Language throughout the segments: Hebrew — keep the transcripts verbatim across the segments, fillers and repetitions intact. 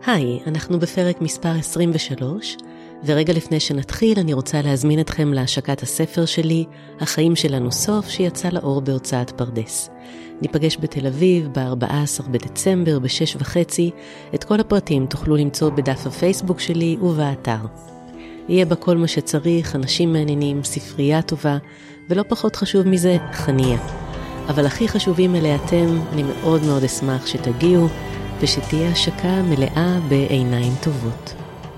היי, אנחנו בפרק מספר עשרים ושלוש, ורגע לפני שנתחיל אני רוצה להזמין אתכם להשקת הספר שלי, החיים שלנו סוף, שיצא לאור בהוצאת פרדס. ניפגש בתל אביב ב-ארבעה עשר בדצמבר בשש וחצי, את כל הפרטים תוכלו למצוא בדף הפייסבוק שלי ובאתר. יהיה בה כל מה שצריך, אנשים מעניינים, ספרייה טובה, ולא פחות חשוב מזה, חניה. אבל הכי חשובים אלה אתם, אני מאוד מאוד אשמח שתגיעו, ושתהיה השקה מלאה בעיניים טובות.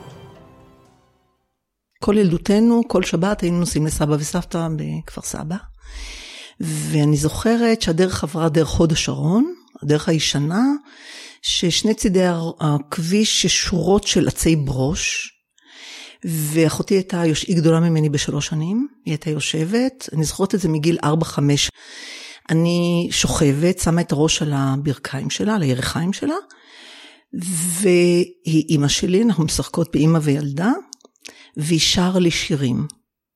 כל ילדותנו, כל שבת היינו נוסעים לסבא וסבתא בכפר סבא, ואני זוכרת שהדרך עברה דרך הוד השרון, הדרך הישנה, ששני צידי הכביש ששורות של עצי ברוש, ואחותי הייתה, היא גדולה ממני בשלוש שנים, היא הייתה יושבת, אני זוכרת את זה מגיל ארבע חמש, אני שוכבת, שמה את הראש על הברכיים שלה, על הירכיים שלה, והיא אימא שלי, אנחנו משחקות באימא וילדה, והיא שר לי שירים.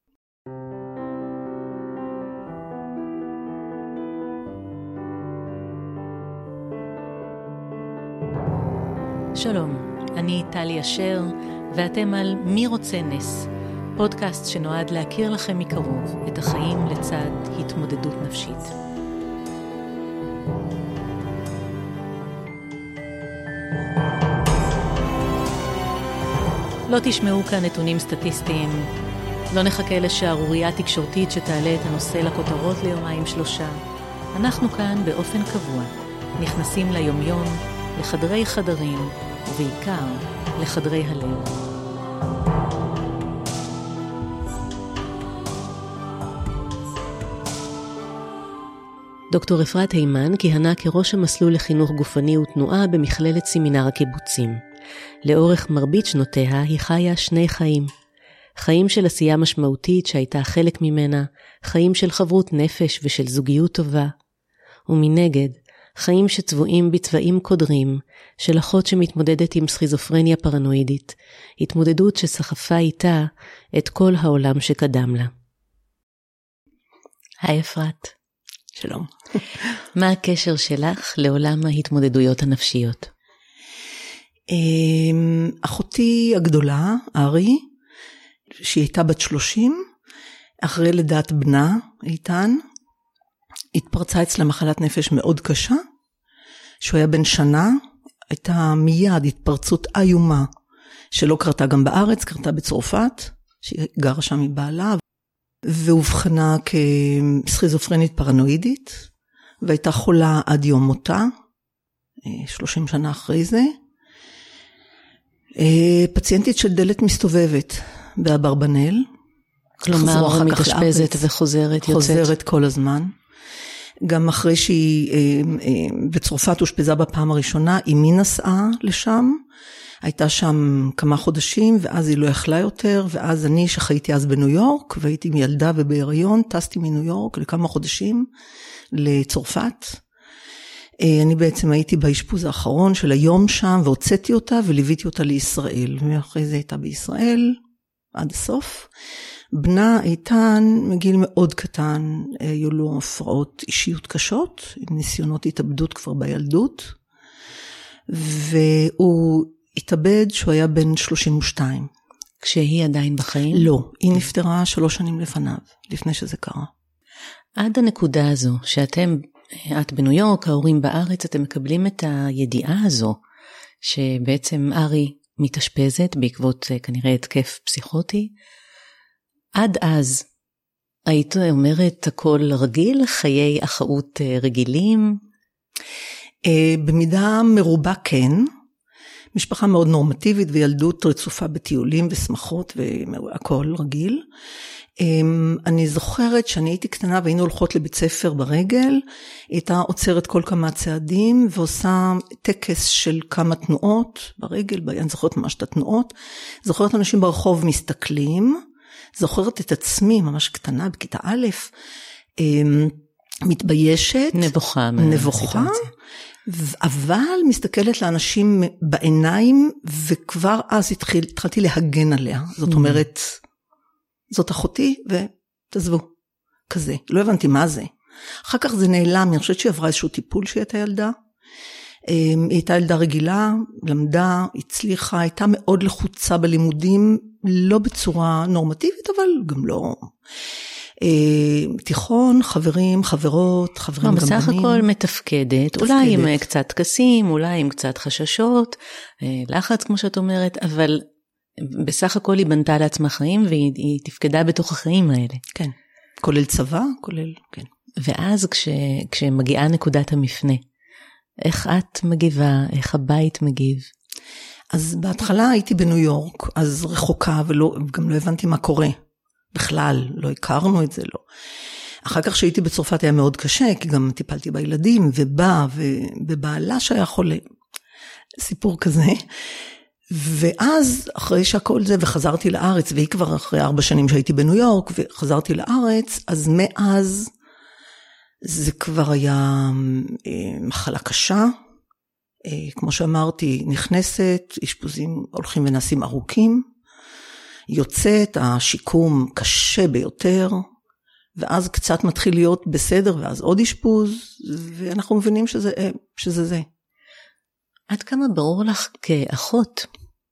שלום, אני טלי אשר, ואתם על מי רוצה נס, פודקאסט שנועד להכיר לכם מקרוב את החיים לצד התמודדות נפשית. לא תשמעו כאן נתונים סטטיסטיים, לא נחכה לשערורייה תקשורתית שתעלה את הנושא לכותרות ליומיים שלושה. אנחנו כאן באופן קבוע, נכנסים ליומיום, לחדרי חדרים, ובעיקר לחדרי הלב. דוקטור אפרת הימן כיהנה כראש המסלול לחינוך גופני ותנועה במכללת סמינר הקיבוצים. לאורך מרבית שנותיה היא חיה שני חיים. חיים של עשייה משמעותית שהייתה חלק ממנה, חיים של חברות נפש ושל זוגיות טובה. ומנגד, חיים שצבועים בצבעים קודרים, של אחות שמתמודדת עם סכיזופרניה פרנואידית, התמודדות שסחפה איתה את כל העולם שקדם לה. היי אפרת. שלום. מה הקשר שלך לעולם ההתמודדויות הנפשיות? אחותי הגדולה, ארי, שהיא הייתה בת שלושים, אחרי לידת בנה, איתן, התפרצה אצלה מחלת נפש מאוד קשה, שהוא היה בן שנה, הייתה מיד התפרצות איומה, שלא קרתה גם בארץ, קרתה בצרפת, שהיא גרה שם מבעלה, והובחנה כסכיזופרנית פרנואידית, והייתה חולה עד יום מותה, שלושים שנה אחרי זה, פציינטית של דלת מסתובבת באברבנאל, כלומר מתאשפזת וחוזרת יוצאת. חוזרת כל הזמן. גם אחרי שהיא בצרפת הושפזה בפעם הראשונה, אמי נסעה לשם, הייתה שם כמה חודשים, ואז היא לא יכלה יותר, ואז אני שחייתי אז בניו יורק, והייתי עם ילדה ובהיריון, טסתי מניו יורק לכמה חודשים לצרפת. אני בעצם הייתי באשפוז האחרון של היום שם, והוצאתי אותה וליוויתי אותה לישראל, ואחרי זה הייתה בישראל עד הסוף. בנה איתן מגיל מאוד קטן, היו לו הפרעות אישיות קשות, עם ניסיונות התאבדות כבר בילדות, והוא התאבד שהוא היה בן שלושים ושתיים. כשהיא עדיין בחיים? לא, היא נפטרה שלוש שנים לפניו, לפני שזה קרה. עד הנקודה הזו, שאתם, את בניו יורק, ההורים בארץ, אתם מקבלים את הידיעה הזו, שבעצם ארי מתאשפזת בעקבות כנראה התקף פסיכוטי, עד אז, היית אומרת הכל רגיל, חיי אחאות רגילים? במידה מרובה כן, משפחה מאוד נורמטיבית וילדות רצופה בטיולים ושמחות והכל רגיל. אני זוכרת שאני הייתי קטנה והיינו הולכות לבית ספר ברגל, הייתה עוצרת כל כמה צעדים ועושה טקס של כמה תנועות ברגל, אני זוכרת ממש את התנועות, זוכרת אנשים ברחוב מסתכלים, זוכרת את עצמי ממש קטנה בכיתה א', מתביישת, נבוכה, נבוכה, אבל מסתכלת לאנשים בעיניים, וכבר אז התחיל, התחלתי להגן עליה, זאת אומרת, זאת אחותי, ותעזבו, כזה, לא הבנתי מה זה. אחר כך זה נעלם, אני חושבת שהיא עברה איזשהו טיפול שהיא הייתה ילדה, היא הייתה ילדה רגילה, למדה, הצליחה, הייתה מאוד לחוצה בלימודים, לא בצורה נורמטיבית, אבל גם לא. תיכון, חברים, חברות, חברים גם בנים. בסך הכל מתפקדת, אולי עם קצת קסים, אולי עם קצת חששות, לחץ כמו שאת אומרת, אבל בסך הכל היא בנתה לעצמה חיים, והיא תפקדה בתוך החיים האלה. כן, כולל צבא, כולל, כן. ואז כש, כשמגיעה נקודת המפנה, איך את מגיבה, איך הבית מגיב? אז בהתחלה הייתי בניו יורק, אז רחוקה, וגם לא הבנתי מה קורה. בכלל, לא הכרנו את זה, לא. אחר כך שהייתי בצרפת היה מאוד קשה, כי גם טיפלתי בילדים, ובא, ובבעלה שהיה חולה. סיפור כזה. ואז, אחרי שהכל זה, וחזרתי לארץ, והיא כבר אחרי ארבע שנים שהייתי בניו יורק, וחזרתי לארץ, אז מאז, זה כבר היה מחלה קשה, כמו שאמרתי, נכנסת, אשפוזים הולכים ונעשים ארוכים, יוצאת, השיקום קשה ביותר, ואז קצת מתחיל להיות בסדר, ואז עוד אשפוז, ואנחנו מבינים שזה, שזה זה. עד כמה ברור לך כאחות,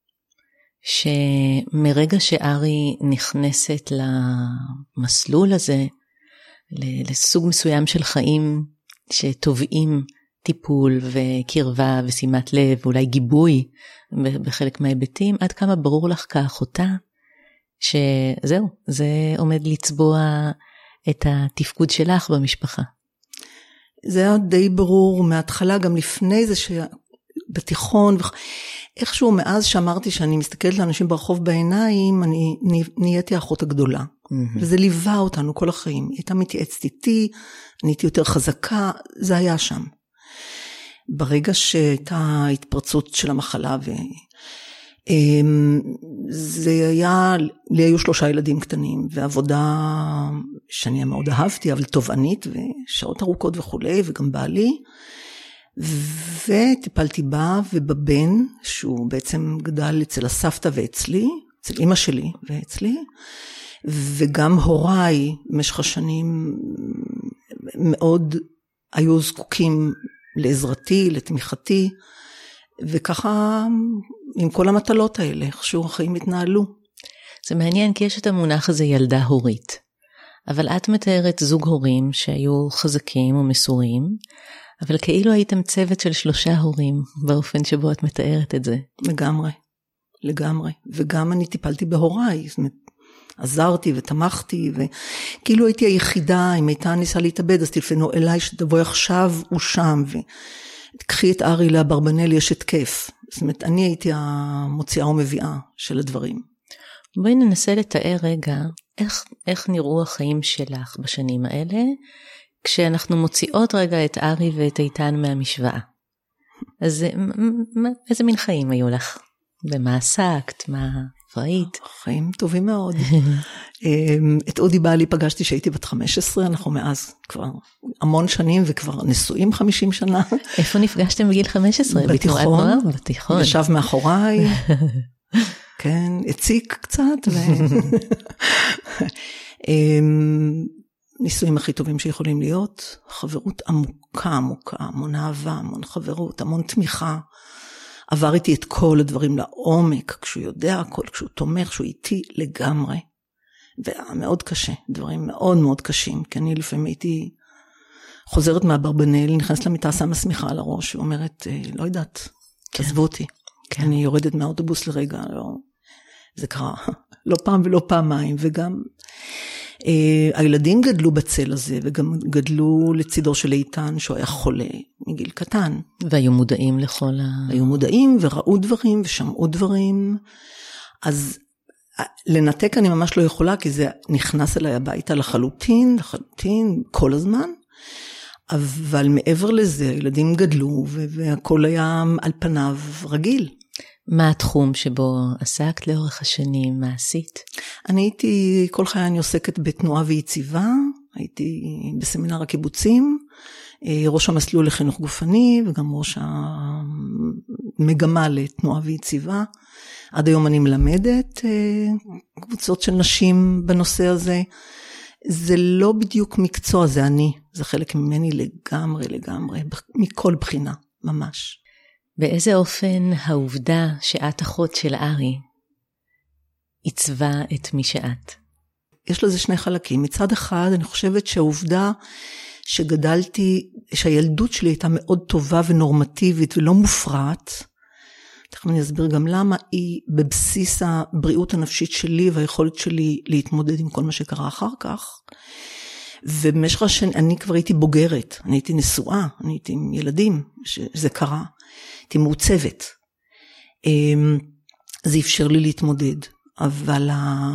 שמרגע שארי נכנסת למסלול הזה, לסוג מסוים של חיים שטובעים טיפול וקרבה ושימת לב, ואולי גיבוי בחלק מההיבטים, עד כמה ברור לך כאחותה, שזהו, זה עומד לצבוע את התפקוד שלך במשפחה. זה היה די ברור מההתחלה, גם לפני זה שבתיכון, איכשהו מאז שאמרתי שאני מסתכלת לאנשים ברחוב בעיניים, אני נהייתי האחות הגדולה. Mm-hmm. וזה ליווה אותנו כל החיים. היא הייתה מתייעצת איתי, אני הייתי יותר חזקה, זה היה שם. ברגע שהייתה התפרצות של המחלה, ו... זה היה, לי היו שלושה ילדים קטנים, ועבודה שאני מאוד אהבתי, אבל תובענית, ושעות ארוכות וכו', וגם בעלי, וטיפלתי בה ובבן, שהוא בעצם גדל אצל הסבתא ואצלי, אצל אמא שלי ואצלי, וגם הוריי במשך השנים מאוד היו זקוקים לעזרתי, לתמיכתי, וככה עם כל המטלות האלה, איכשהו החיים התנהלו. זה מעניין כי יש את המונח הזה ילדה הורית, אבל את מתארת זוג הורים שהיו חזקים ומסורים, אבל כאילו הייתם צוות של שלושה הורים, באופן שבו את מתארת את זה. לגמרי, לגמרי, וגם אני טיפלתי בהוריי, זאת אומרת, עזרתי ותמכתי, וכאילו הייתי היחידה, אם הייתה ניסה להתאבד, אז תלפנו אליי שתבואי עכשיו, הוא שם, וקחי את ארי לאברבנל, יש התקף. זאת אומרת, אני הייתי המוציאה ומביאה של הדברים. בואי ננסה לתאר רגע, איך, איך נראו החיים שלך בשנים האלה, כשאנחנו מוציאות רגע את ארי ואת איתן מהמשוואה. אז איזה מין חיים היו לך? במה עסקת? מה ראית? חיים טובים מאוד. את אודי בעלי פגשתי שהייתי בת חמש עשרה, אנחנו מאז כבר המון שנים וכבר נשואים חמישים שנה. איפה נפגשתם בגיל חמש עשרה? בתיכון. בתיכון. ישב מאחוריי. כן, הציק קצת. נישואים הכי טובים שיכולים להיות. חברות עמוקה, עמוקה, המון אהבה, המון חברות, המון תמיכה. עבר איתי את כל הדברים לעומק, כשהוא יודע הכל, כשהוא תומך, כשהוא איתי לגמרי. ומאוד קשה, דברים מאוד מאוד קשים, כי אני לפעמים הייתי חוזרת מהברבנל, נכנסת למיטה, שמה סמיכה על הראש, ואומרת, לא יודעת, תעזבו אותי. כן. אני יורדת מהאוטובוס לרגע, לא, זה קרה, לא פעם ולא פעמיים, וגם אה, הילדים גדלו בצל הזה, וגם גדלו לצידו של איתן, שהוא היה חולה מגיל קטן. והיו מודעים לכל ה... היו מודעים, וראו דברים, ושמעו דברים, אז לנתק אני ממש לא יכולה, כי זה נכנס אליי הביתה לחלוטין, לחלוטין, כל הזמן, אבל מעבר לזה, הילדים גדלו, והכל היה על פניו רגיל. מה התחום שבו עסקת לאורך השנים? מה עשית? אני הייתי, כל חיי אני עוסקת בתנועה ויציבה, הייתי בסמינר הקיבוצים, ראש המסלול לחינוך גופני, וגם ראש המגמה לתנועה ויציבה. עד היום אני מלמדת קבוצות של נשים בנושא הזה. זה לא בדיוק מקצוע, זה אני, זה חלק ממני לגמרי, לגמרי, מכל בחינה. ממש. באיזה אופן העובדה שאת אחות של ארי עיצבה את מי שאת? יש לזה שני חלקים. מצד אחד, אני חושבת שהעובדה שגדלתי, שהילדות שלי הייתה מאוד טובה ונורמטיבית ולא מופרעת, תכף אני אסביר גם למה, היא בבסיס הבריאות הנפשית שלי והיכולת שלי להתמודד עם כל מה שקרה אחר כך. ובמשך השנים, אני כבר הייתי בוגרת, אני הייתי נשואה, אני הייתי עם ילדים, שזה קרה, הייתי מעוצבת. זה אפשר לי להתמודד, אבל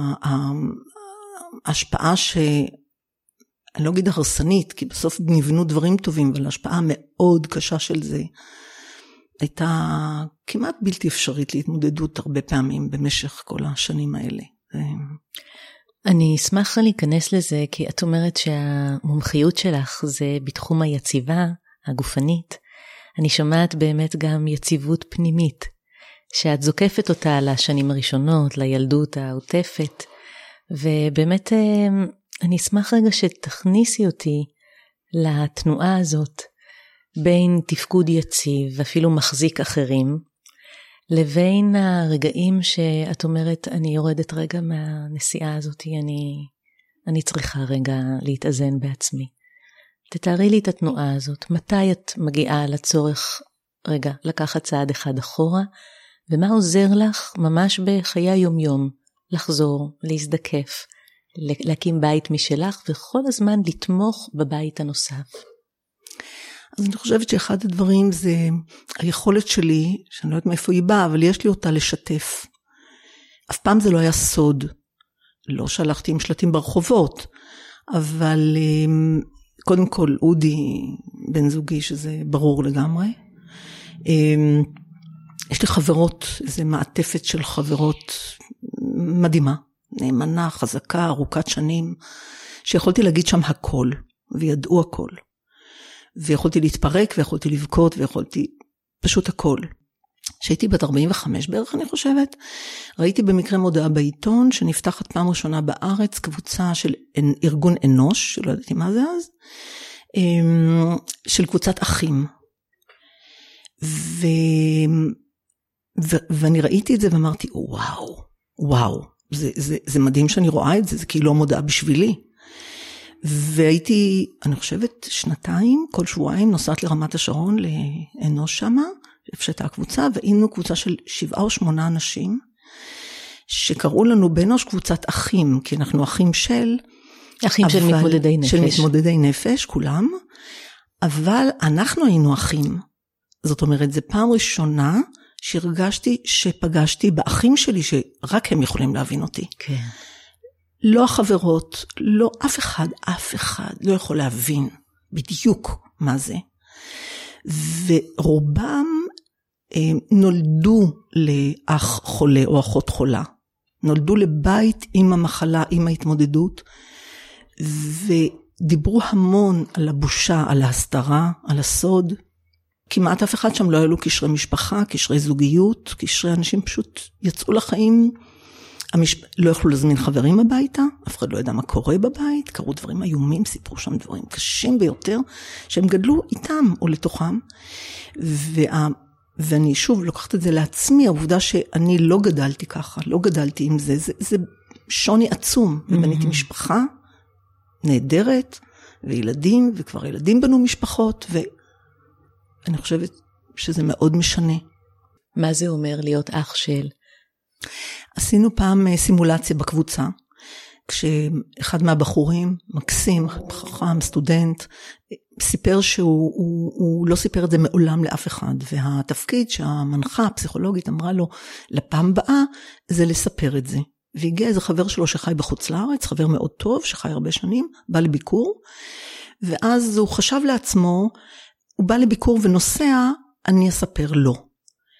ההשפעה ש... אני לא אגיד הרסנית, כי בסוף נבנו דברים טובים, אבל ההשפעה מאוד קשה של זה, הייתה כמעט בלתי אפשרית להתמודדות הרבה פעמים במשך כל השנים האלה. אני אשמח להיכנס לזה, כי את אומרת שהמומחיות שלך זה בתחום היציבה הגופנית. אני שומעת באמת גם יציבות פנימית, שאת זוקפת אותה לשנים הראשונות, לילדות העוטפת, ובאמת אני אשמח רגע שתכניסי אותי לתנועה הזאת, בין תפקוד יציב, אפילו מחזיק אחרים, לבין הרגעים שאת אומרת, אני יורדת רגע מהנסיעה הזאת, אני, אני צריכה רגע להתאזן בעצמי. תתארי לי את התנועה הזאת, מתי את מגיעה לצורך רגע לקחת צעד אחד אחורה, ומה עוזר לך ממש בחיי היומיום, לחזור, להזדקף, להקים בית משלך, וכל הזמן לתמוך בבית הנוסף. אז אני חושבת שאחד הדברים זה היכולת שלי, שאני לא יודעת מאיפה היא באה, אבל יש לי אותה לשתף. אף פעם זה לא היה סוד. לא שלחתי עם שלטים ברחובות, אבל קודם כל אודי בן זוגי, שזה ברור לגמרי. יש לי חברות, איזו מעטפת של חברות מדהימה, נאמנה, חזקה, ארוכת שנים, שיכולתי להגיד שם הכל, וידעו הכל. ויכולתי להתפרק, ויכולתי לבכות, ויכולתי פשוט הכל. כשהייתי בת ארבעים וחמש בערך, אני חושבת, ראיתי במקרה מודעה בעיתון, שנפתחת פעם ראשונה בארץ, קבוצה של ארגון אנוש, שלא ידעתי מה זה אז, של קבוצת אחים. ו... ו... ואני ראיתי את זה, ואמרתי, וואו, וואו, זה, זה, זה מדהים שאני רואה את זה, זה כאילו המודעה בשבילי. והייתי, אני חושבת, שנתיים, כל שבועיים, נוסעת לרמת השרון, לאנוש שמה, הפשטה הקבוצה, והיינו קבוצה של שבעה או שמונה אנשים, שקראו לנו באנוש קבוצת אחים, כי אנחנו אחים של... אחים של מתמודדי נפש. של מתמודדי נפש, כולם, אבל אנחנו היינו אחים. זאת אומרת, זה פעם ראשונה שהרגשתי שפגשתי באחים שלי, שרק הם יכולים להבין אותי. כן. לא החברות, לא אף אחד, אף אחד לא יכול להבין בדיוק מה זה. ורובם אה, נולדו לאח חולה או אחות חולה. נולדו לבית עם המחלה, עם ההתמודדות, ודיברו המון על הבושה, על ההסתרה, על הסוד. כמעט אף אחד שם לא היה לו קשרי משפחה, קשרי זוגיות, קשרי אנשים פשוט יצאו לחיים, המשפ... לא יכלו להזמין חברים הביתה, אף אחד לא ידע מה קורה בבית, קרו דברים איומים, סיפרו שם דברים קשים ביותר, שהם גדלו איתם או לתוכם, וה... ואני שוב לוקחת את זה לעצמי, העובדה שאני לא גדלתי ככה, לא גדלתי עם זה, זה, זה שוני עצום, ובניתי משפחה נהדרת, וילדים, וכבר ילדים בנו משפחות, ואני חושבת שזה מאוד משנה. מה זה אומר להיות אח של? עשינו פעם סימולציה בקבוצה, כשאחד מהבחורים, מקסים, חכם, סטודנט, סיפר שהוא הוא, הוא לא סיפר את זה מעולם לאף אחד, והתפקיד שהמנחה הפסיכולוגית אמרה לו לפעם הבאה, זה לספר את זה. והגיע איזה חבר שלו שחי בחוץ לארץ, חבר מאוד טוב, שחי הרבה שנים, בא לביקור, ואז הוא חשב לעצמו, הוא בא לביקור ונוסע, אני אספר לו.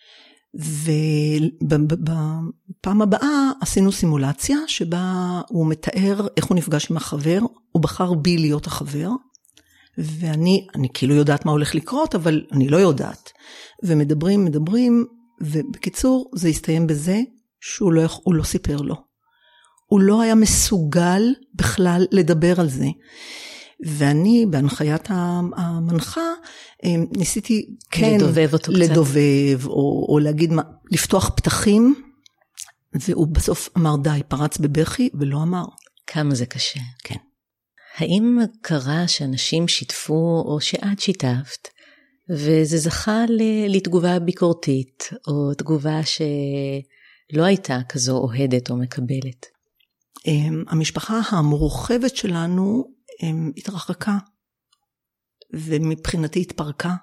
ובפעם הבאה עשינו סימולציה שבה הוא מתאר איך הוא נפגש עם החבר, הוא בחר בי להיות החבר, ואני אני כאילו יודעת מה הולך לקרות, אבל אני לא יודעת. ומדברים, מדברים, ובקיצור זה הסתיים בזה שהוא לא, הוא לא סיפר לו. הוא לא היה מסוגל בכלל לדבר על זה. ואני בהנחיית המנחה ניסיתי כן לדובב אותו לדובב קצת. או, או להגיד מה, לפתוח פתחים, והוא בסוף אמר די, פרץ בבכי ולא אמר. כמה זה קשה. כן. האם קרה שאנשים שיתפו או שאת שיתפת, וזה זכה לתגובה ביקורתית, או תגובה שלא הייתה כזו אוהדת או מקבלת? המשפחה המורחבת שלנו התרחקה, ומבחינתי התפרקה,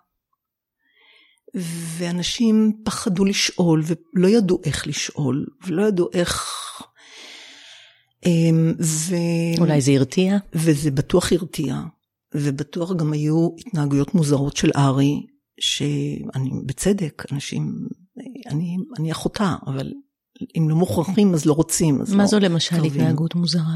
ואנשים פחדו לשאול, ולא ידעו איך לשאול, ולא ידעו איך... ו... אולי זה הרתיע? וזה בטוח הרתיע, ובטוח גם היו התנהגויות מוזרות של ארי, שאני בצדק, אנשים, אני, אני אחותה, אבל אם לא מוכרחים אז לא רוצים. אז מה לא זו למשל קרבים. התנהגות מוזרה?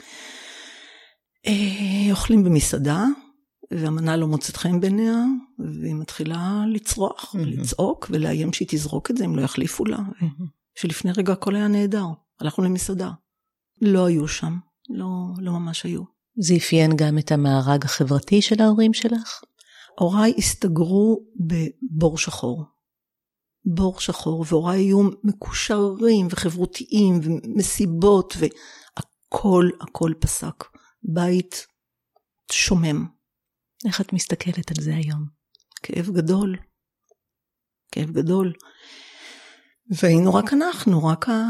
אה, אוכלים במסעדה, והמנה לא מוצאת חן בעיניה, והיא מתחילה לצרוח, mm-hmm. לצעוק, ולאיים שהיא תזרוק את זה, הם לא יחליפו לה. Mm-hmm. שלפני רגע הכל היה נהדר, הלכנו למסעדה. לא היו שם, לא, לא ממש היו. זה אפיין גם את המארג החברתי של ההורים שלך? הוריי הסתגרו בבור שחור. בור שחור, והוריי היו מקושרים וחברותיים ומסיבות, והכל, הכל פסק. בית שומם. איך את מסתכלת על זה היום? כאב גדול. כאב גדול. והיינו רק אנחנו, רק ה...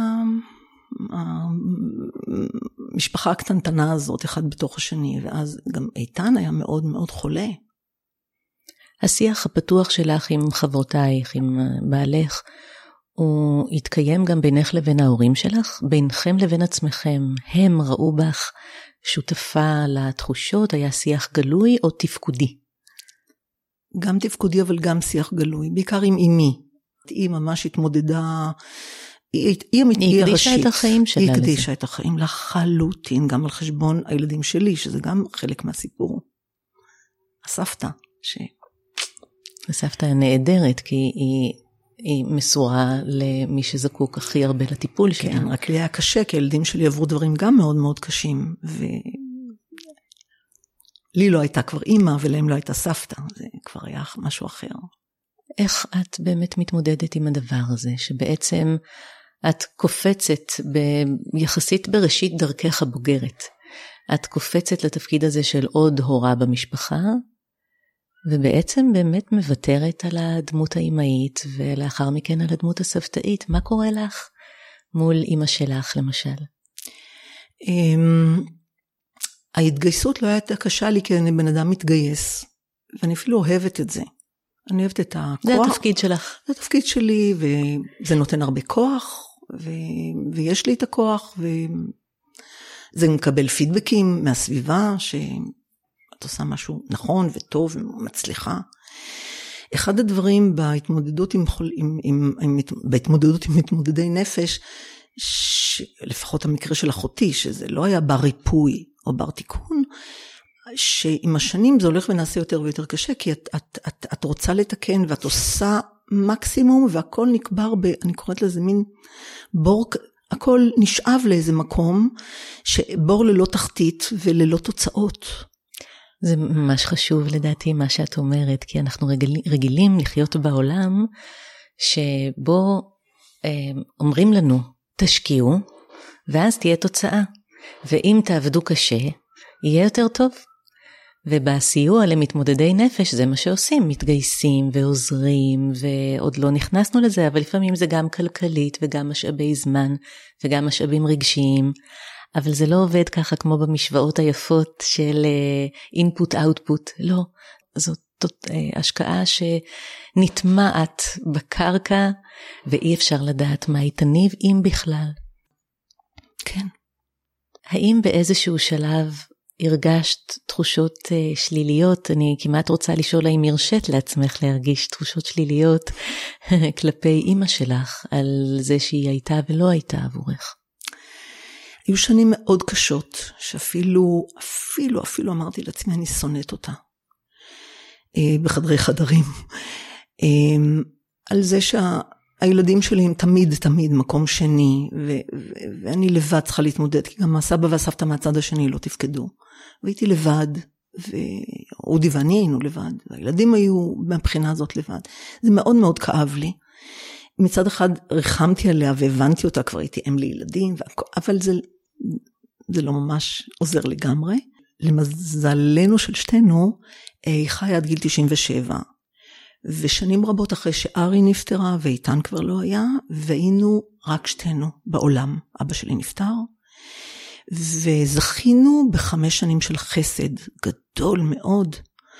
המשפחה הקטנטנה הזאת, אחד בתוך השני, ואז גם איתן היה מאוד מאוד חולה. השיח הפתוח שלך עם חברותייך, עם בעלך, הוא התקיים גם בינך לבין ההורים שלך? בינכם לבין עצמכם, הם ראו בך שותפה לתחושות, היה שיח גלוי או תפקודי? גם תפקודי, אבל גם שיח גלוי, בעיקר עם אמי. היא ממש התמודדה, היא, היא, היא הקדישה את החיים שלה היא לזה. היא הקדישה את החיים לחלוטין, גם על חשבון הילדים שלי, שזה גם חלק מהסיפור. הסבתא, ש... הסבתא נהדרת, כי היא, היא מסורה למי שזקוק הכי הרבה לטיפול שלה. כן, רק לי היה קשה, כי הילדים שלי עברו דברים גם מאוד מאוד קשים, ולי לא הייתה כבר אימא, ולהם לא הייתה סבתא, זה כבר היה משהו אחר. איך את באמת מתמודדת עם הדבר הזה, שבעצם את קופצת ב- יחסית בראשית דרכך הבוגרת, את קופצת לתפקיד הזה של עוד הורה במשפחה, ובעצם באמת מוותרת על הדמות האימהית, ולאחר מכן על הדמות הסבתאית. מה קורה לך מול אמא שלך למשל? ההתגייסות לא הייתה קשה לי, כי אני בן אדם מתגייס, ואני אפילו אוהבת את זה. אני אוהבת את הכוח. זה התפקיד שלך. זה התפקיד שלי, וזה נותן הרבה כוח, ו... ויש לי את הכוח, וזה מקבל פידבקים מהסביבה, שאת עושה משהו נכון וטוב ומצליחה. אחד הדברים בהתמודדות עם, עם, עם, עם, בהתמודדות עם מתמודדי נפש, לפחות המקרה של אחותי, שזה לא היה בר ריפוי או בר תיקון, שעם השנים זה הולך ונעשה יותר ויותר קשה, כי את, את, את, את רוצה לתקן, ואת עושה מקסימום, והכל נקבר ב, אני קוראת לזה מין בור, הכל נשאב לאיזה מקום, שבור ללא תחתית וללא תוצאות. זה ממש חשוב לדעתי מה שאת אומרת, כי אנחנו רגילים, רגילים לחיות בעולם, שבו אה, אומרים לנו, תשקיעו, ואז תהיה תוצאה. ואם תעבדו קשה, יהיה יותר טוב. ובסיוע למתמודדי נפש זה מה שעושים, מתגייסים ועוזרים, ועוד לא נכנסנו לזה, אבל לפעמים זה גם כלכלית וגם משאבי זמן וגם משאבים רגשיים, אבל זה לא עובד ככה כמו במשוואות היפות של input-output, לא, זאת השקעה שנטמעת בקרקע, ואי אפשר לדעת מה היא תניב, אם בכלל. כן. האם באיזשהו שלב הרגשת תחושות uh, שליליות? אני כמעט רוצה לשאול האם הרשית לעצמך להרגיש תחושות שליליות כלפי אמא שלך, על זה שהיא הייתה ולא הייתה עבורך. היו שנים מאוד קשות, שאפילו, אפילו, אפילו אמרתי לעצמי, אני שונאת אותה. Uh, בחדרי חדרים. Uh, על זה שה... הילדים שלי הם תמיד תמיד מקום שני, ו- ו- ואני לבד צריכה להתמודד, כי גם הסבא והסבתא מהצד השני לא תפקדו. והייתי לבד, ואודי ואני היינו לבד, והילדים היו מהבחינה הזאת לבד. זה מאוד מאוד כאב לי. מצד אחד ריחמתי עליה והבנתי אותה, כבר הייתי אם לילדים, אבל זה, זה לא ממש עוזר לגמרי. למזלנו של שתינו, היא חיה עד גיל תשעים ושבע, ושנים רבות אחרי שארי נפטרה, ואיתן כבר לא היה, והיינו רק שתינו בעולם. אבא שלי נפטר, וזכינו בחמש שנים של חסד גדול מאוד.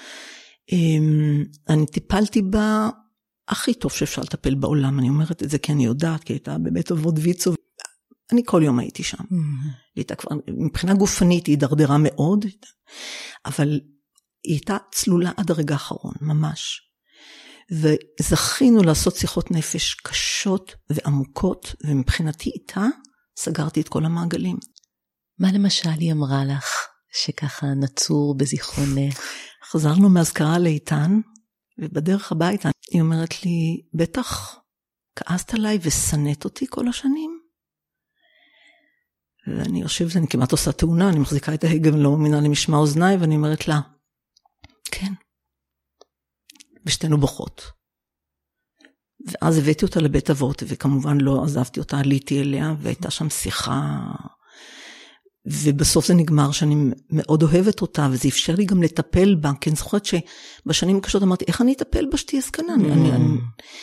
אני טיפלתי בה הכי טוב שאפשר לטפל בעולם, אני אומרת את זה כי אני יודעת, כי הייתה בבית אבות ויצו, אני כל יום הייתי שם. Mm-hmm. הייתה כבר, מבחינה גופנית היא דרדרה מאוד, אבל היא הייתה צלולה עד הרגע האחרון, ממש. וזכינו לעשות שיחות נפש קשות ועמוקות, ומבחינתי איתה סגרתי את כל המעגלים. מה למשל היא אמרה לך שככה נצור בזיכרונך? חזרנו מהזכרה לאיתן, ובדרך הביתה היא אומרת לי, בטח כעסת עליי וסנית אותי כל השנים? ואני יושבת, אני כמעט עושה תאונה, אני מחזיקה את ההגה ולא מינה למשמע אוזניי, ואני אומרת לה, כן. ושתינו בוכות. ואז הבאתי אותה לבית אבות, וכמובן לא עזבתי אותה, עליתי אליה, והייתה שם שיחה, ובסוף זה נגמר שאני מאוד אוהבת אותה, וזה אפשר לי גם לטפל בה, כי אני זוכרת שבשנים הקשות אמרתי, איך אני אטפל בה שתהיה זקנה? Mm. אני, אני,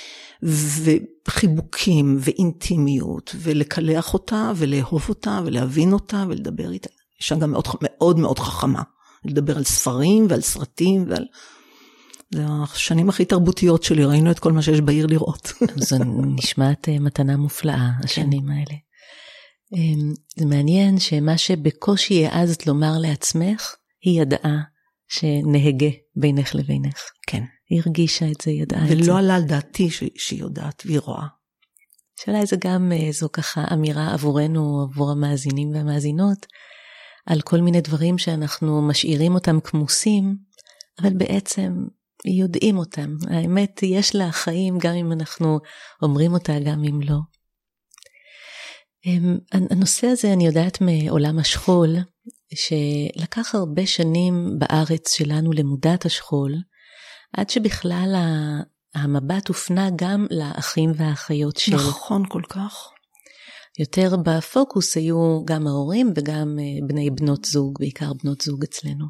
וחיבוקים, ואינטימיות, ולקלח אותה, ולאהוב אותה, ולהבין אותה, ולדבר איתה. יש שם גם מאוד מאוד, מאוד חכמה, לדבר על ספרים, ועל סרטים, ועל... זה השנים הכי תרבותיות שלי, ראינו את כל מה שיש בעיר לראות. זו נשמעת מתנה מופלאה, השנים האלה. זה מעניין שמה שבקושי העזת לומר לעצמך, היא ידעה שנהגה בינך לבינך. כן. היא הרגישה את זה, ידעה את זה. ולא עלה על דעתי שהיא יודעת והיא רואה. שאולי זה גם זו ככה אמירה עבורנו, עבור המאזינים והמאזינות, על כל מיני דברים שאנחנו משאירים אותם כמוסים, אבל בעצם יודעים אותם. האמת, יש לה חיים גם אם אנחנו אומרים אותה, גם אם לא. הנושא הזה, אני יודעת מעולם השכול, שלקח הרבה שנים בארץ שלנו למודת השכול, עד שבכלל המבט הופנה גם לאחים והאחיות של... נכון כל כך. יותר בפוקוס היו גם ההורים וגם בני בנות זוג, בעיקר בנות זוג אצלנו.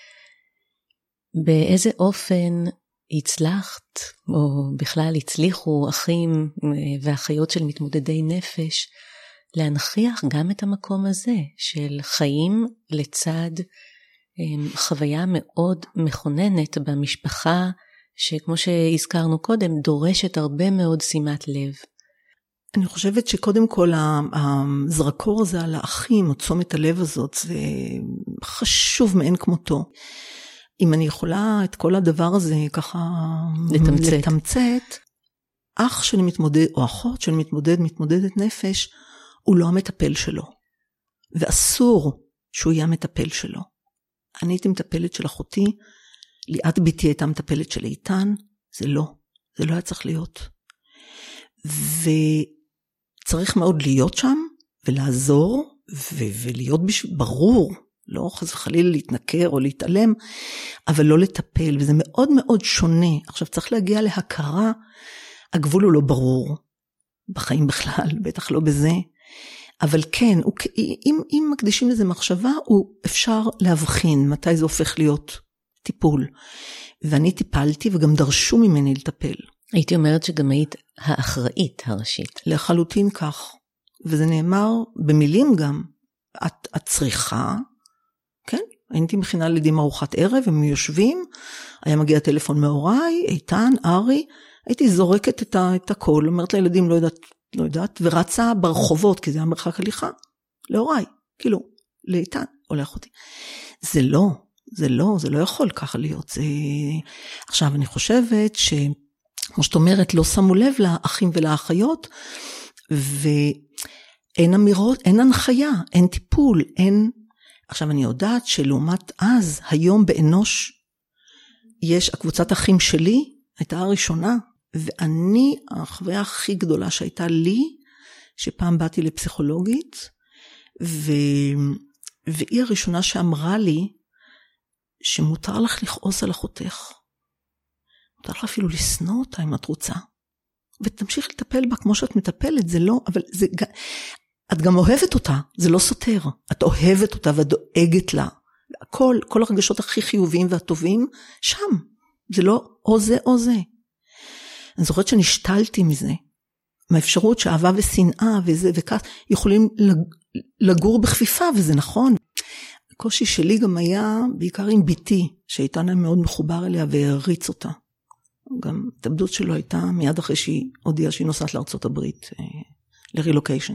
באיזה אופן הצלחת, או בכלל הצליחו אחים ואחיות של מתמודדי נפש, להנחיח גם את המקום הזה של חיים לצד חוויה מאוד מכוננת במשפחה, שכמו שהזכרנו קודם, דורשת הרבה מאוד שימת לב. אני חושבת שקודם כל הזרקור הזה על האחים, או תשומת הלב הזאת, זה חשוב מאין כמותו. אם אני יכולה את כל הדבר הזה ככה לתמצת, לתמצת אח שאני מתמודד, או אחות שאני מתמודד, מתמודדת נפש, הוא לא המטפל שלו. ואסור שהוא יהיה המטפל שלו. אני הייתי מטפלת של אחותי, ליאת ביתי הייתה מטפלת של איתן, זה לא, זה לא היה צריך להיות. וצריך מאוד להיות שם, ולעזור, ו- ולהיות בש... ברור, לא חס וחלילה להתנכר או להתעלם, אבל לא לטפל, וזה מאוד מאוד שונה. עכשיו צריך להגיע להכרה, הגבול הוא לא ברור, בחיים בכלל, בטח לא בזה, אבל כן, הוא, אם, אם מקדישים לזה מחשבה, הוא אפשר להבחין מתי זה הופך להיות טיפול. ואני טיפלתי וגם דרשו ממני לטפל. הייתי אומרת שגם היית האחראית הראשית. לחלוטין כך. וזה נאמר במילים גם, את, את צריכה, כן? הייתי מכינה לילדים ארוחת ערב, הם יושבים, היה מגיע טלפון מהוריי, איתן, ארי, הייתי זורקת את, ה, את הכל, אומרת לילדים לא יודעת, לא יודעת, ורצה ברחובות, כי זה היה מרחק הליכה, להוריי, כאילו, לאיתן או לאחותי. זה לא, זה לא, זה לא יכול ככה להיות. זה... עכשיו, אני חושבת ש, כמו שאת אומרת, לא שמו לב לאחים ולאחיות, ואין אמירות, אין הנחיה, אין טיפול, אין... עכשיו, אני יודעת שלעומת אז, היום באנוש, יש, הקבוצת אחים שלי, הייתה הראשונה, ואני, החוויה הכי גדולה שהייתה לי, שפעם באתי לפסיכולוגית, ו... והיא הראשונה שאמרה לי, שמותר לך לכעוס על אחותך. מותר לך אפילו לשנוא אותה אם את רוצה. ותמשיך לטפל בה כמו שאת מטפלת, זה לא, אבל זה, את גם אוהבת אותה, זה לא סותר. את אוהבת אותה ואת דואגת לה. כל, כל הרגשות הכי חיוביים והטובים, שם. זה לא או זה או זה. אני זוכרת שנשתלתי מזה. מהאפשרות שאהבה ושנאה וזה וכך, יכולים לגור בכפיפה, וזה נכון. הקושי שלי גם היה בעיקר עם ביתי, שהייתה מאוד מחובר אליה והריץ אותה. גם התאבדות שלו הייתה מיד אחרי שהיא הודיעה שהיא נוסעת לארצות הברית, לרילוקיישן.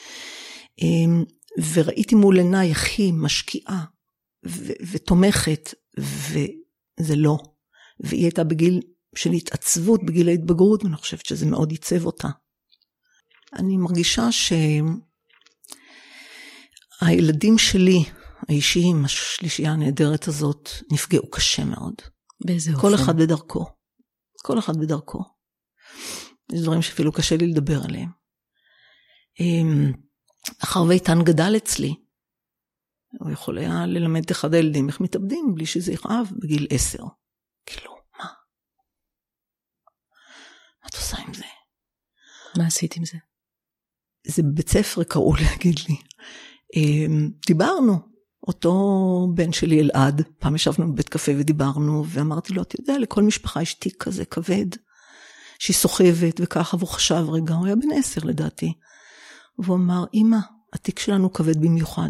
וראיתי מול עיניי איך היא משקיעה ו- ותומכת, וזה לא. והיא הייתה בגיל של התעצבות, בגיל ההתבגרות, ואני חושבת שזה מאוד ייצב אותה. אני מרגישה שהילדים שלי, האישיים, השלישייה הנהדרת הזאת, נפגעו קשה מאוד. באיזה אופן? כל אחד בדרכו. כל אחד בדרכו. יש דברים שאפילו קשה לי לדבר עליהם. אחר ואיתן גדל אצלי, הוא יכול היה ללמד את אחד הילדים איך מתאבדים, בלי שזה יכאב בגיל עשר. כאילו, מה? מה את עושה עם זה? מה עשית עם זה? זה בבית ספר קראו להגיד לי. דיברנו, אותו בן שלי אלעד, פעם ישבנו בבית קפה ודיברנו, ואמרתי לו, אתה יודע, לכל משפחה יש תיק כזה כבד, שהיא סוחבת וככה, והוא חשב רגע, הוא היה בן עשר לדעתי. והוא אמר, אמא, התיק שלנו כבד במיוחד.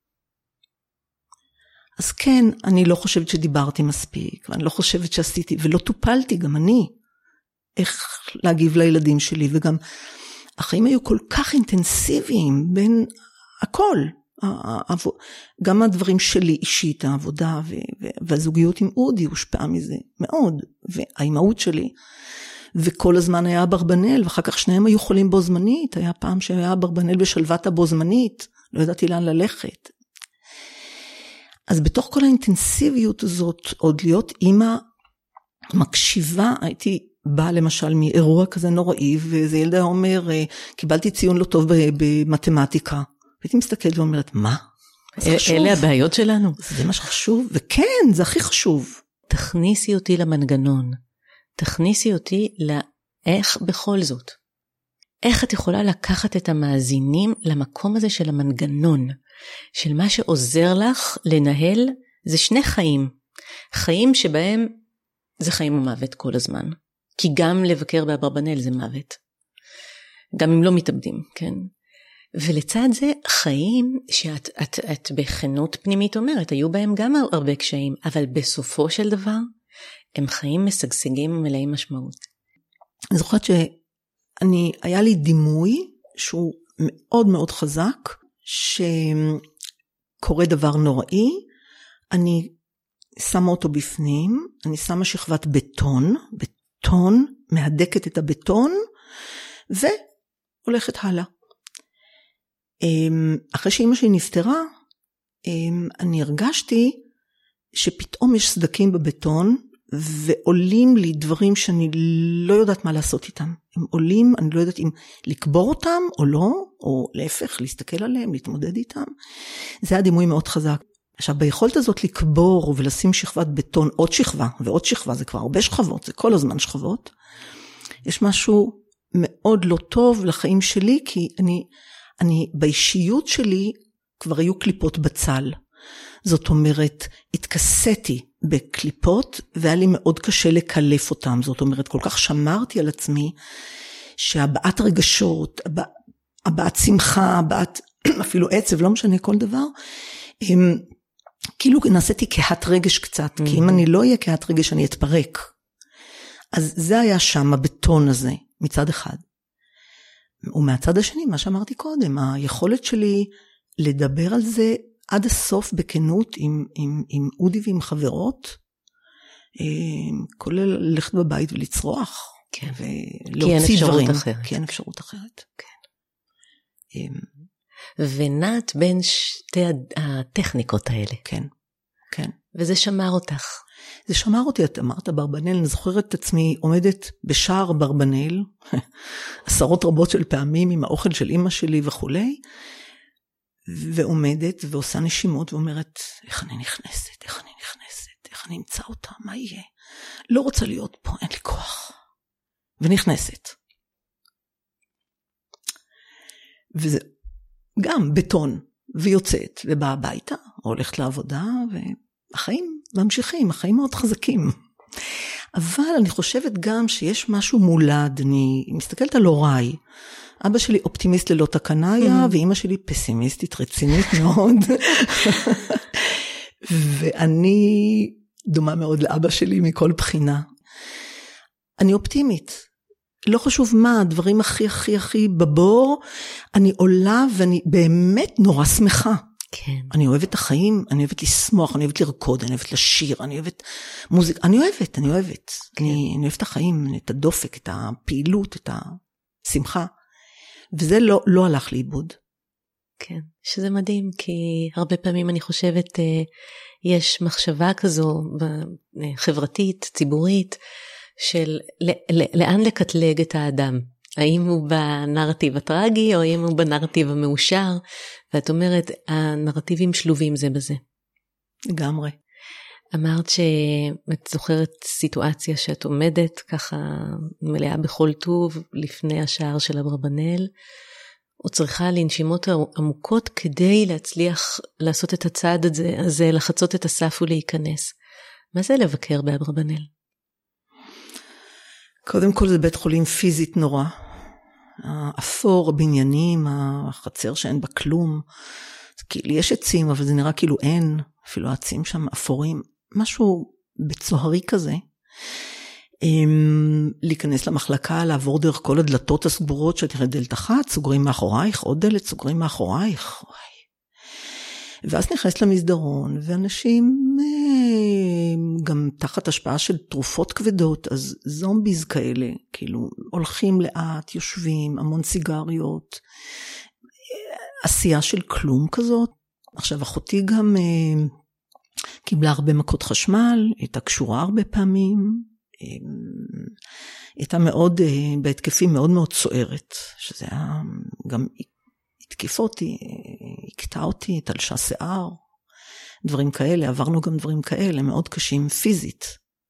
אז כן, אני לא חושבת שדיברתי מספיק, ואני לא חושבת שעשיתי, ולא טופלתי גם אני, איך להגיב לילדים שלי, וגם החיים היו כל כך אינטנסיביים, בין הכל, גם הדברים שלי אישית, העבודה, והזוגיות עם אודי הושפעה מזה מאוד, והאימהות שלי, וכל הזמן היה אברבנאל, ואחר כך שניהם היו חולים בו זמנית, היה פעם שהיה אברבנאל בשלוות הבו זמנית, לא ידעתי לאן ללכת. אז בתוך כל האינטנסיביות הזאת, עוד להיות אימא מקשיבה, הייתי באה למשל מאירוע כזה נוראי, וזה ילדה אומר, קיבלתי ציון לא טוב במתמטיקה, והייתי מסתכלת ואומרת, מה? אלה הבעיות שלנו. זה מה שחשוב, וכן, זה הכי חשוב. תכניסי אותי למנגנון, תכניסי אותי לאיך בכל זאת. איך את יכולה לקחת את המאזינים למקום הזה של המנגנון, של מה שעוזר לך לנהל, זה שני חיים. חיים שבהם זה חיים ומוות כל הזמן. כי גם לבקר באברבנאל זה מוות. גם אם לא מתאבדים, כן? ולצד זה חיים שאת את, את בכנות פנימית אומרת, היו בהם גם הרבה קשיים, אבל בסופו של דבר, הם חיים משגשגים ומלאים משמעות. אני זוכרת שאני, היה לי דימוי שהוא מאוד מאוד חזק, שקורה דבר נוראי, אני שמה אותו בפנים, אני שמה שכבת בטון, בטון, מהדקת את הבטון, והולכת הלאה. אחרי שאמא שלי נפטרה, אני הרגשתי שפתאום יש סדקים בבטון, ועולים לי דברים שאני לא יודעת מה לעשות איתם. הם עולים, אני לא יודעת אם לקבור אותם או לא, או להפך, להסתכל עליהם, להתמודד איתם. זה היה דימוי מאוד חזק. עכשיו, ביכולת הזאת לקבור ולשים שכבת בטון, עוד שכבה, ועוד שכבה, זה כבר הרבה שכבות, זה כל הזמן שכבות. יש משהו מאוד לא טוב לחיים שלי, כי אני, אני באישיות שלי כבר היו קליפות בצל. זאת אומרת, התכסיתי בקליפות, והיה לי מאוד קשה לקלף אותם. זאת אומרת, כל כך שמרתי על עצמי, שהבעת רגשות, הבע, הבעת שמחה, הבעת אפילו עצב, לא משנה כל דבר, הם, כאילו נעשיתי כהת רגש קצת, mm-hmm. כי אם אני לא אהיה כהת רגש, אני אתפרק. אז זה היה שם, הבטון הזה, מצד אחד. ומהצד השני, מה שאמרתי קודם, היכולת שלי לדבר על זה, עד הסוף בכנות עם, עם, עם אודי ועם חברות, כולל ללכת בבית ולצרוח, כן. ולהוציא דברים. אחרת. כי אין אפשרות אחרת. כן. ונעת בין שתי הטכניקות האלה. כן, כן. וזה שמר אותך. זה שמר אותי, את אמרת ברבנל, אני זוכרת את עצמי עומדת בשער ברבנל, עשרות רבות של פעמים עם האוכל של אמא שלי וכולי, ועומדת ועושה נשימות ואומרת, איך אני נכנסת, איך אני נכנסת, איך אני אמצא אותה, מה יהיה? לא רוצה להיות פה, אין לי כוח. ונכנסת. וזה גם בטון, ויוצאת, ובאה הביתה, הולכת לעבודה, והחיים ממשיכים, החיים מאוד חזקים. אבל אני חושבת גם שיש משהו מולד, אני מסתכלת על הוריי, אבא שלי אופטימיסט ללא תקנה היה, ואמא שלי פסימיסטית רצינית מאוד. ואני דומה מאוד לאבא שלי מכל בחינה. אני אופטימית. לא חשוב מה, הדברים הכי הכי הכי בבור, אני עולה ואני באמת נורא שמחה. כן. אני אוהבת את החיים, אני אוהבת לשמוח, אני אוהבת לרקוד, אני אוהבת לשיר, אני אוהבת מוזיקה, אני אוהבת, אני אוהבת. כן. אני, אני אוהבת את החיים, את הדופק, את הפעילות, את השמחה. וזה לא, לא הלך לאיבוד. כן, שזה מדהים, כי הרבה פעמים אני חושבת, יש מחשבה כזו חברתית, ציבורית, של לאן לקטלג את האדם. האם הוא בנרטיב הטרגי, או האם הוא בנרטיב המאושר, ואת אומרת, הנרטיבים שלובים זה בזה. לגמרי. אמרת שאת זוכרת סיטואציה שאת עומדת ככה מלאה בכל טוב לפני השער של אברבנאל, או צריכה לנשימות עמוקות כדי להצליח לעשות את הצעד הזה, הזה לחצות את הסף ולהיכנס. מה זה לבקר באברבנאל? קודם כל זה בית חולים פיזית נורא. האפור, הבניינים, החצר שאין בה כלום. כאילו יש עצים, אבל זה נראה כאילו אין, אפילו העצים שם אפורים. משהו בצוהרי כזה. להיכנס למחלקה, לעבור דרך כל הדלתות הסגורות, שאת תראה דלת אחת, סוגרים מאחורייך, עוד דלת, סוגרים מאחורייך. ואז נכנס למסדרון, ואנשים גם תחת השפעה של תרופות כבדות, אז זומביז כאלה, כאילו הולכים לאט, יושבים, המון סיגריות, עשייה של כלום כזאת. עכשיו אחותי גם קיבלה הרבה מכות חשמל, הייתה קשורה הרבה פעמים, הייתה מאוד, בהתקפים מאוד מאוד סוערת, שזה היה גם התקיף אותי, הקטע אותי, תלשה שיער, דברים כאלה, עברנו גם דברים כאלה, מאוד קשים פיזית.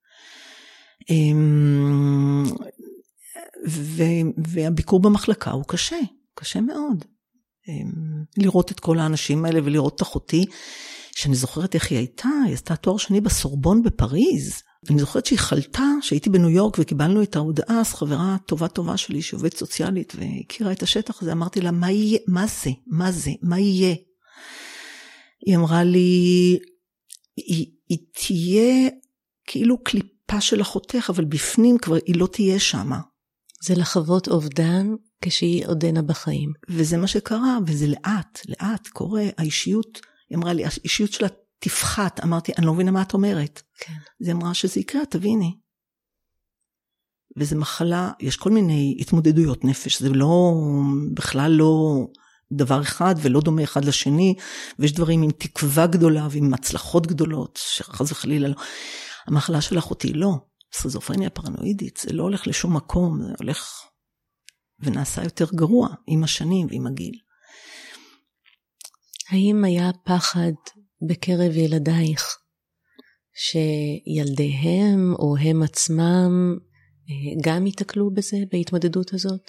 והביקור במחלקה הוא קשה, קשה מאוד. לראות את כל האנשים האלה ולראות את אחותי, שאני זוכרת איך היא הייתה, היא עשתה תואר שני בסורבון בפריז, אני זוכרת שהיא חלתה, שהייתי בניו יורק וקיבלנו את ההודעה, אז חברה טובה טובה שלי שעובדת סוציאלית והכירה את השטח הזה, אמרתי לה, מה יהיה? מה זה? מה זה? מה יהיה? היא אמרה לי, היא, היא תהיה כאילו קליפה של אחותך, אבל בפנים כבר היא לא תהיה שמה. זה לחוות אובדן כשהיא עודנה בחיים. וזה מה שקרה, וזה לאט, לאט קורה, האישיות, היא אמרה לי, האישיות שלה תפחת, אמרתי, אני לא מבינה מה את אומרת. כן. זה אמרה שזה יקרה, תביני. וזה מחלה, יש כל מיני התמודדויות נפש, זה לא, בכלל לא דבר אחד, ולא דומה אחד לשני, ויש דברים עם תקווה גדולה, ועם הצלחות גדולות, שחס וחלילה לא. המחלה של אחותי לא, סכיזופרניה פרנואידית, זה לא הולך לשום מקום, זה הולך ונעשה יותר גרוע, עם השנים ועם הגיל. האם היה פחד בקרב ילדייך, שילדיהם או הם עצמם גם יתקלו בזה, בהתמודדות הזאת?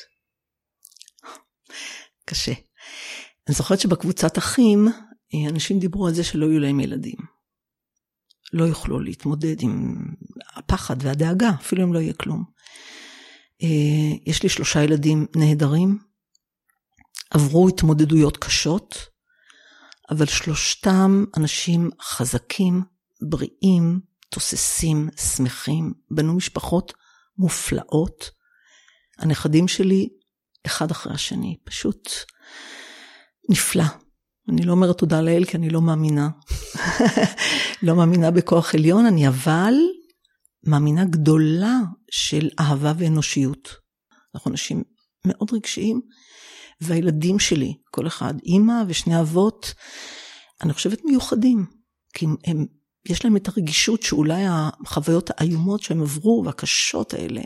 קשה. אני זוכרת שבקבוצת אחים, אנשים דיברו על זה שלא יהיו להם ילדים. לא יוכלו להתמודד עם הפחד והדאגה, אפילו אם לא יהיה כלום. יש לי שלושה ילדים נהדרים, עברו התמודדויות קשות, אבל שלושתם אנשים חזקים, בריאים, תוססים, שמחים, בנו משפחות מופלאות. הנכדים שלי, אחד אחרי השני, פשוט נפלא. אני לא אומרת תודה לאל, כי אני לא מאמינה. לא מאמינה בכוח עליון, אני אבל מאמינה גדולה של אהבה ואנושיות. אנחנו אנשים מאוד רגשיים, והילדים שלי, כל אחד, אמא ושני אבות, אני חושבת מיוחדים, כי הם, הם, יש להם את הרגישות שאולי החוויות האיומות שהם עברו, והקשות האלה,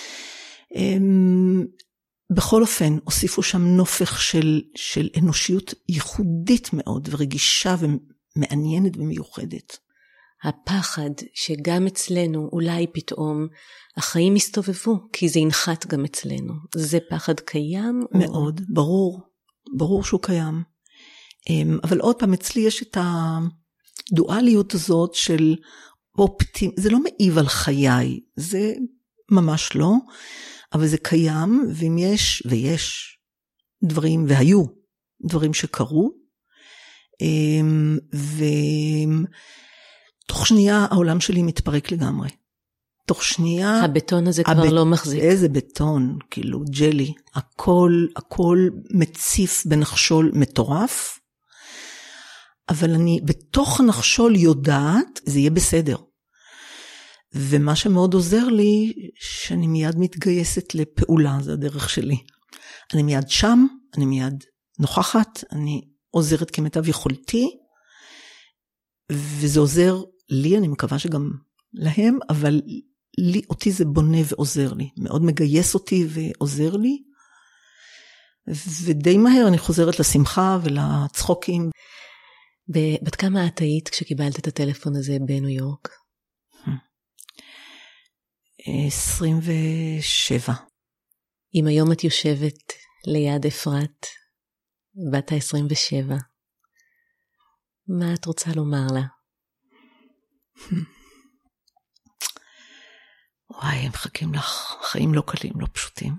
הם, בכל אופן, הוסיפו שם נופך של, של אנושיות ייחודית מאוד, ורגישה ומעניינת ומיוחדת. הפחד שגם אצלנו אולי פתאום החיים מסתובבו, כי זה ינחת גם אצלנו. זה פחד קיים? מאוד, או... ברור, ברור שהוא קיים. אבל עוד פעם, אצלי יש את הדואליות הזאת של אופטימ... זה לא מעיב על חיי, זה ממש לא, אבל זה קיים, ואם יש, ויש דברים, והיו דברים שקרו, ותוך שנייה העולם שלי מתפרק לגמרי. תוך שנייה... הבטון הזה כבר הבט... לא מחזיק. איזה בטון, כאילו ג'לי, הכל, הכל מציף בנחשול מטורף, אבל אני בתוך הנחשול יודעת, זה יהיה בסדר. ומה שמאוד עוזר לי, שאני מיד מתגייסת לפעולה, זה הדרך שלי. אני מיד שם, אני מיד נוכחת, אני עוזרת כמיטב יכולתי, וזה עוזר לי, אני מקווה שגם להם, אבל לי, אותי זה בונה ועוזר לי, מאוד מגייס אותי ועוזר לי, ודי מהר אני חוזרת לשמחה ולצחוקים. בת כמה את היית כשקיבלת את הטלפון הזה בניו יורק? עשרים ושבע. אם היום את יושבת ליד אפרת, בת ה-עשרים ושבע, מה את רוצה לומר לה? וואי, הם מחכים לך, חיים לא קלים, לא פשוטים.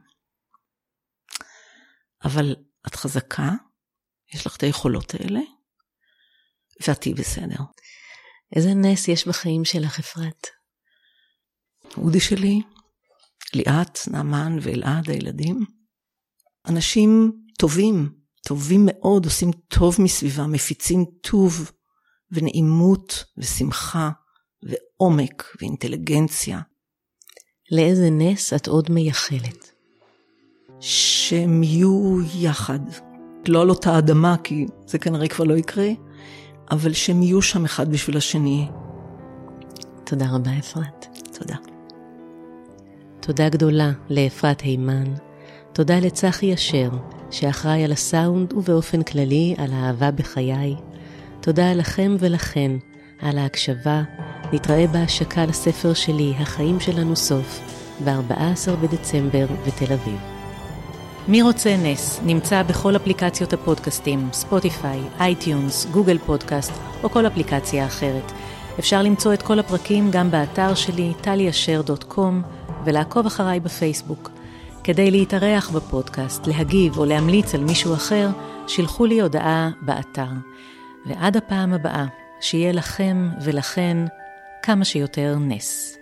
אבל את חזקה, יש לך את היכולות האלה, ואת תהי בסדר. איזה נס יש בחיים שלך, אפרת? אודי שלי, ליאת, נעמן ואלעד, הילדים, אנשים טובים, טובים מאוד, עושים טוב מסביבה, מפיצים טוב ונעימות ושמחה ועומק ואינטליגנציה. לאיזה נס את עוד מייחלת? שהם יהיו יחד, לא על אותה אדמה, כי זה כנראה כבר לא יקרה, אבל שהם יהיו שם אחד בשביל השני. תודה רבה, אפרת. תודה. תודה גדולה לאפרת הימן. תודה לצחי אשר, שאחראי על הסאונד ובאופן כללי על האהבה בחיי. תודה לכם ולכן על ההקשבה. נתראה בהשקה לספר שלי, החיים שלנו סוף, ב-ארבעה עשר בדצמבר בתל אביב. מי רוצה נס נמצא בכל אפליקציות הפודקאסטים, ספוטיפיי, אייטיונס, גוגל פודקאסט או כל אפליקציה אחרת. אפשר למצוא את כל הפרקים גם באתר שלי, טלי אשר דוט קום, ולעקוב אחריי בפייסבוק. כדי להתארח בפודקאסט, להגיב או להמליץ על מישהו אחר, שילחו לי הודעה באתר. ועד הפעם הבאה, שיהיה לכם ולכן כמה שיותר נס.